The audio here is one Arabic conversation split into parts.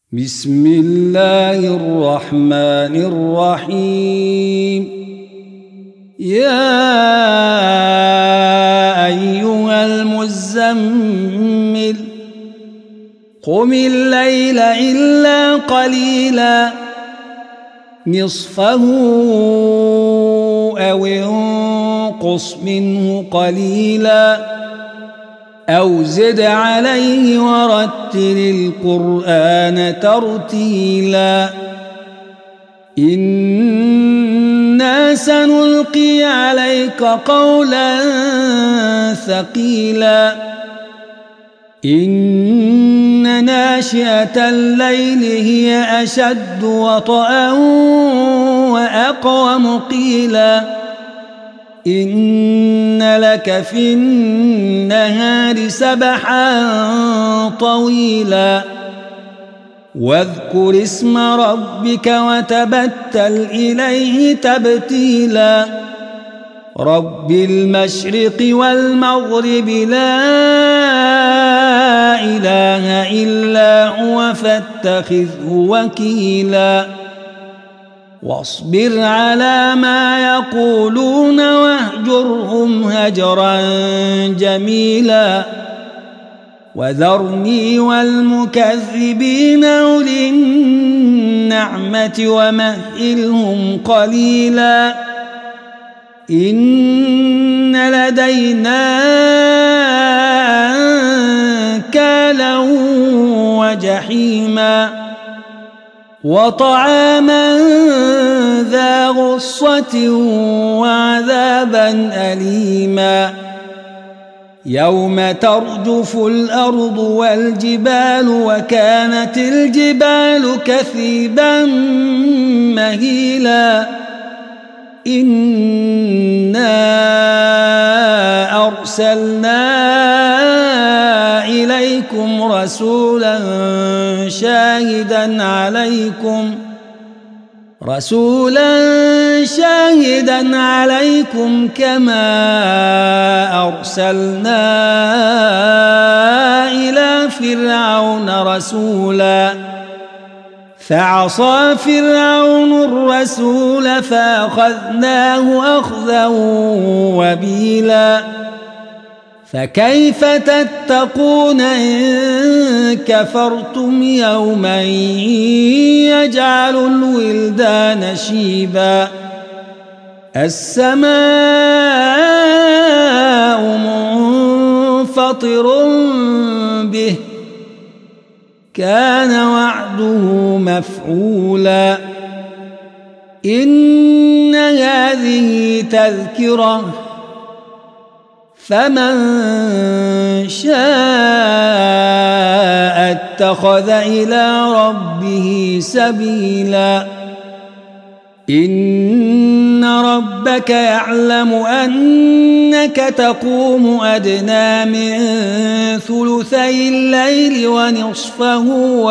بسم الله الرحمن الرحيم. يا أيها المزمل قم الليل إلا قليلا نصفه أو انقص منه قليلا أو زد عليه ورتل القرآن ترتيلا إنا سنلقي عليك قولا ثقيلا إن ناشئة الليل هي أشد وطئا وأقوم قيلا إن لك في النهار سبحا طويلا واذكر اسم ربك وتبتل إليه تبتيلا رب المشرق والمغرب لا إله إلا هو فاتخذه وكيلا واصبر على ما يقولون واهجرهم هجرا جميلا وذرني والمكذبين أولي النعمة ومهلهم قليلا إن لدينا أنكالا وجحيما وطعاما ذا غصة وعذابا أليما يوم ترجف الأرض والجبال وكانت الجبال كثيبا مهيلا إنا أرسلنا إليكم رسولا شاهدا عليكم كما أرسلنا إلى فرعون رسولا فعصى فرعون الرسول فأخذناه أخذا وبيلا فكيف تتقون إن كفرتم يوما يجعل الولدان شيبا السماء منفطر به كان وعده مفعولا إن هذه تذكرة فمن شاء اتخذ إلى ربه سبيلا إن ربك يعلم أنك تقوم أدنى من ثلثي الليل ونصفه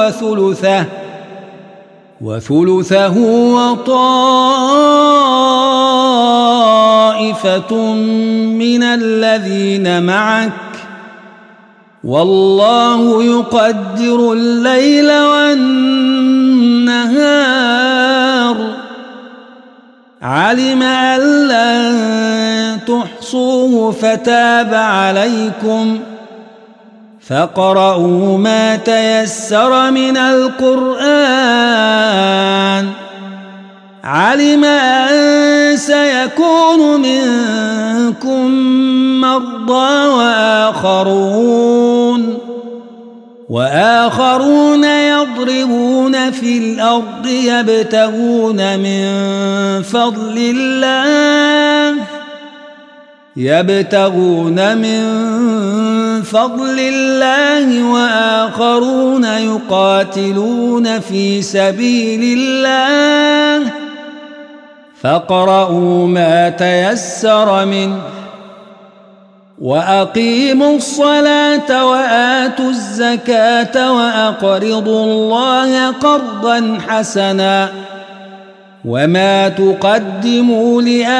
وثلثه وطائفة من الذين معك والله يقدر الليل والنهار علم أن لن تحصوه فتاب عليكم فاقرؤوا ما تيسر من القرآن علم أن سيكون منكم مرضى وآخرون يضربون في الأرض يبتغون من فضل الله وآخرون يقاتلون في سبيل الله فاقرؤوا ما تيسر منه وأقيموا الصلاة وآتوا الزكاة وأقرضوا الله قرضا حسنا وما تقدموا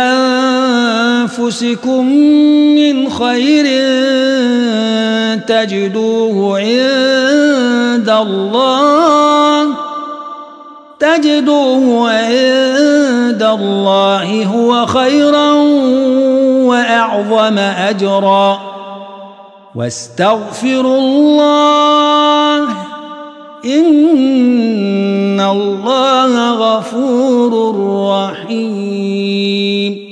لأنفسكم من خير تجدوه عند الله تجدوه عند الله هو خيرا وأعظم أجرا واستغفروا الله إن الله غفور رحيم